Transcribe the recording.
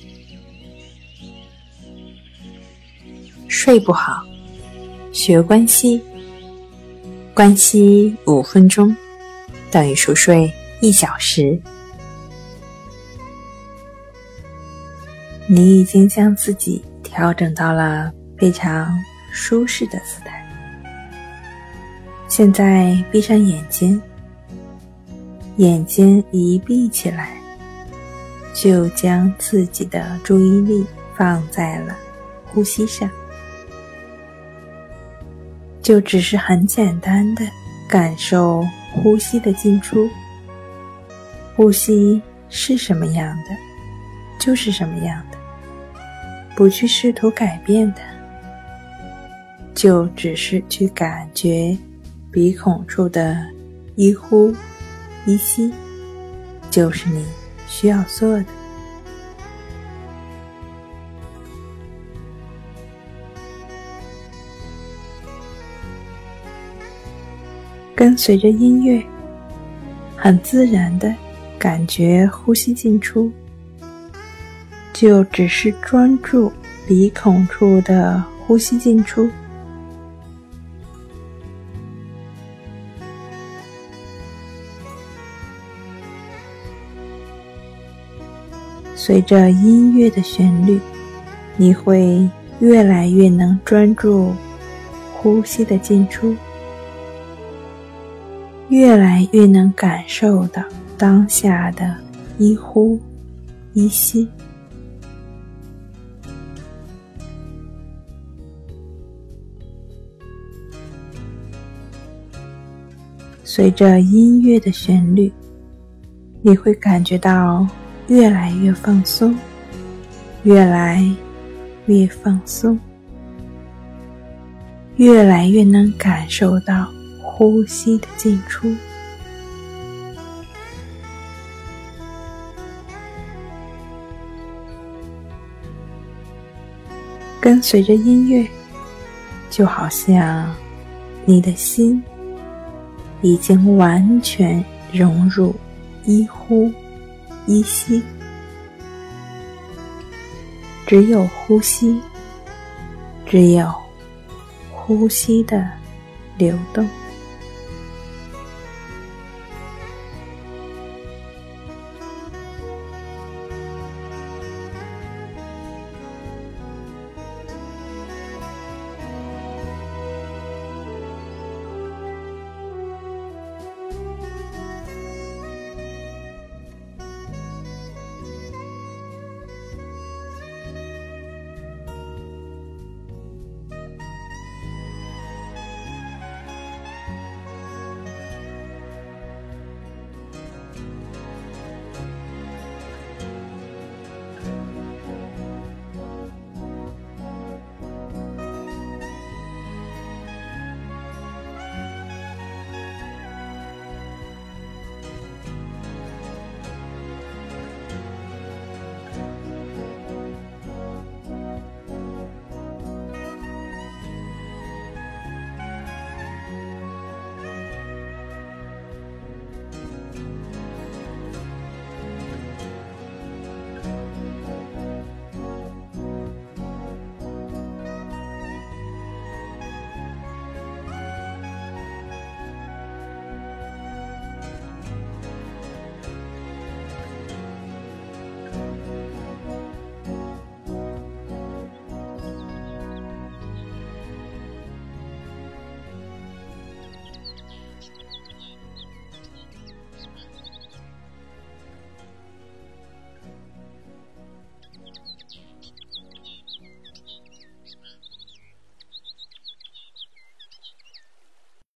睡不好，学关息。关息5分钟等于熟睡1小时。你已经将自己调整到了非常舒适的姿态。现在闭上眼睛，眼睛一闭起来，就将自己的注意力放在了呼吸上，就只是很简单的感受呼吸的进出。呼吸是什么样的，就是什么样的，不去试图改变它，就只是去感觉鼻孔处的一呼一吸，就是你需要做的。跟随着音乐，很自然地感觉呼吸进出，就只是专注鼻孔处的呼吸进出。随着音乐的旋律，你会越来越能专注呼吸的进出，越来越能感受到当下的一呼一吸。随着音乐的旋律，你会感觉到越来越放松，越来越放松，越来越能感受到呼吸的进出。跟随着音乐，就好像你的心已经完全融入一呼一吸，只有呼吸，只有呼吸的流动。